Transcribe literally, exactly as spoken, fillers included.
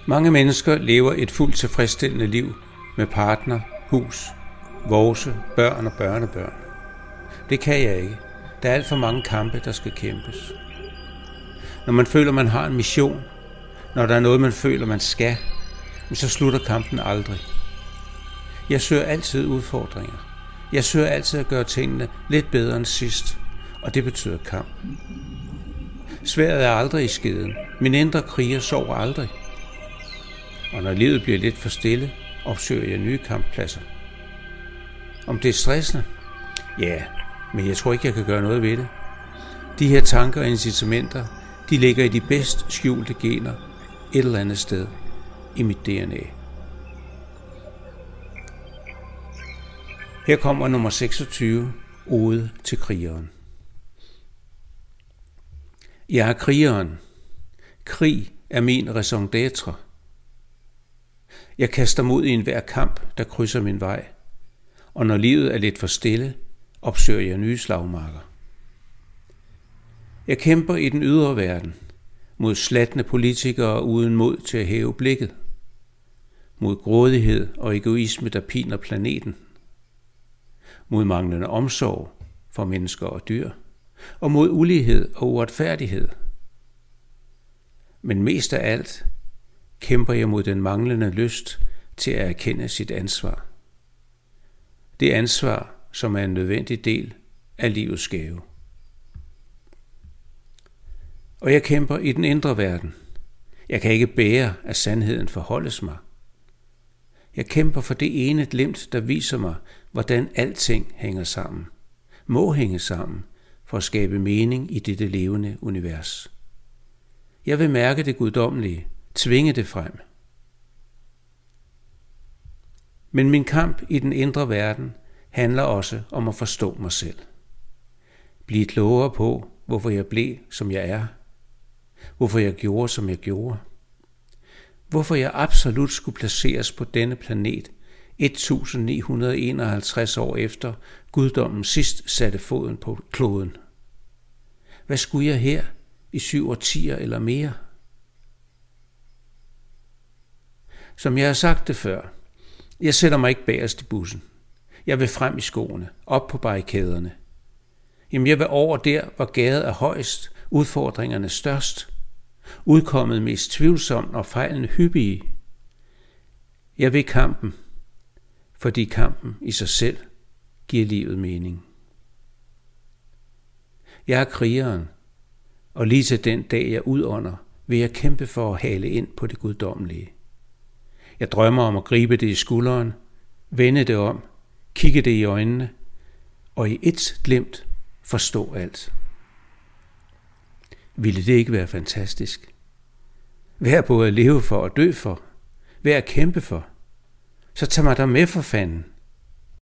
Mange mennesker lever et fuldt tilfredsstillende liv med partner, hus, vovse, børn og børnebørn. Det kan jeg ikke. Der er alt for mange kampe, der skal kæmpes. Når man føler, man har en mission, når der er noget, man føler, man skal, så slutter kampen aldrig. Jeg søger altid udfordringer. Jeg søger altid at gøre tingene lidt bedre end sidst, og det betyder kamp. Sværdet er aldrig i skeden. Min indre kriger sover aldrig. Og når livet bliver lidt for stille, opsøger jeg nye kamppladser. Om det er stressende? Ja, men jeg tror ikke, jeg kan gøre noget ved det. De her tanker og incitamenter, de ligger i de bedst skjulte gener et eller andet sted i mit D N A. Her kommer nummer seksogtyve, ode til krigeren. Jeg er krigeren. Krig er min raison d'être. Jeg kaster mod i enhver kamp, der krydser min vej, og når livet er lidt for stille, opsøger jeg nye slagmarker. Jeg kæmper i den ydre verden, mod slatne politikere uden mod til at hæve blikket, mod grådighed og egoisme, der piner planeten, mod manglende omsorg for mennesker og dyr, og mod ulighed og uretfærdighed. Men mest af alt kæmper jeg mod den manglende lyst til at erkende sit ansvar. Det ansvar, som er en nødvendig del af livets gave. Og jeg kæmper i den indre verden. Jeg kan ikke bære, at sandheden forholdes mig. Jeg kæmper for det ene glimt, der viser mig, hvordan alting hænger sammen, må hænge sammen, for at skabe mening i dette levende univers. Jeg vil mærke det guddommelige, tvinge det frem. Men min kamp i den indre verden handler også om at forstå mig selv. Blive klogere på, hvorfor jeg blev, som jeg er. Hvorfor jeg gjorde, som jeg gjorde. Hvorfor jeg absolut skulle placeres på denne planet et tusind ni hundrede enoghalvtreds år efter guddommen sidst satte foden på kloden. Hvad skulle jeg her i syv årtier eller mere? Som jeg har sagt det før, jeg sætter mig ikke bagerst i bussen. Jeg vil frem i skoene, op på barrikaderne. Jamen jeg vil over der, hvor gaden er højst, udfordringerne størst, udkommet mest tvivlsomt og fejlene hyppige. Jeg vil kampen, fordi kampen i sig selv giver livet mening. Jeg er krigeren, og lige til den dag jeg udånder, vil jeg kæmpe for at hale ind på det guddommelige. Jeg drømmer om at gribe det i skulderen, vende det om, kigge det i øjnene, og i et glimt forstå alt. Ville det ikke være fantastisk? Hvad både at leve for og dø for? Hvad at kæmpe for? Så tag mig der med for fanden.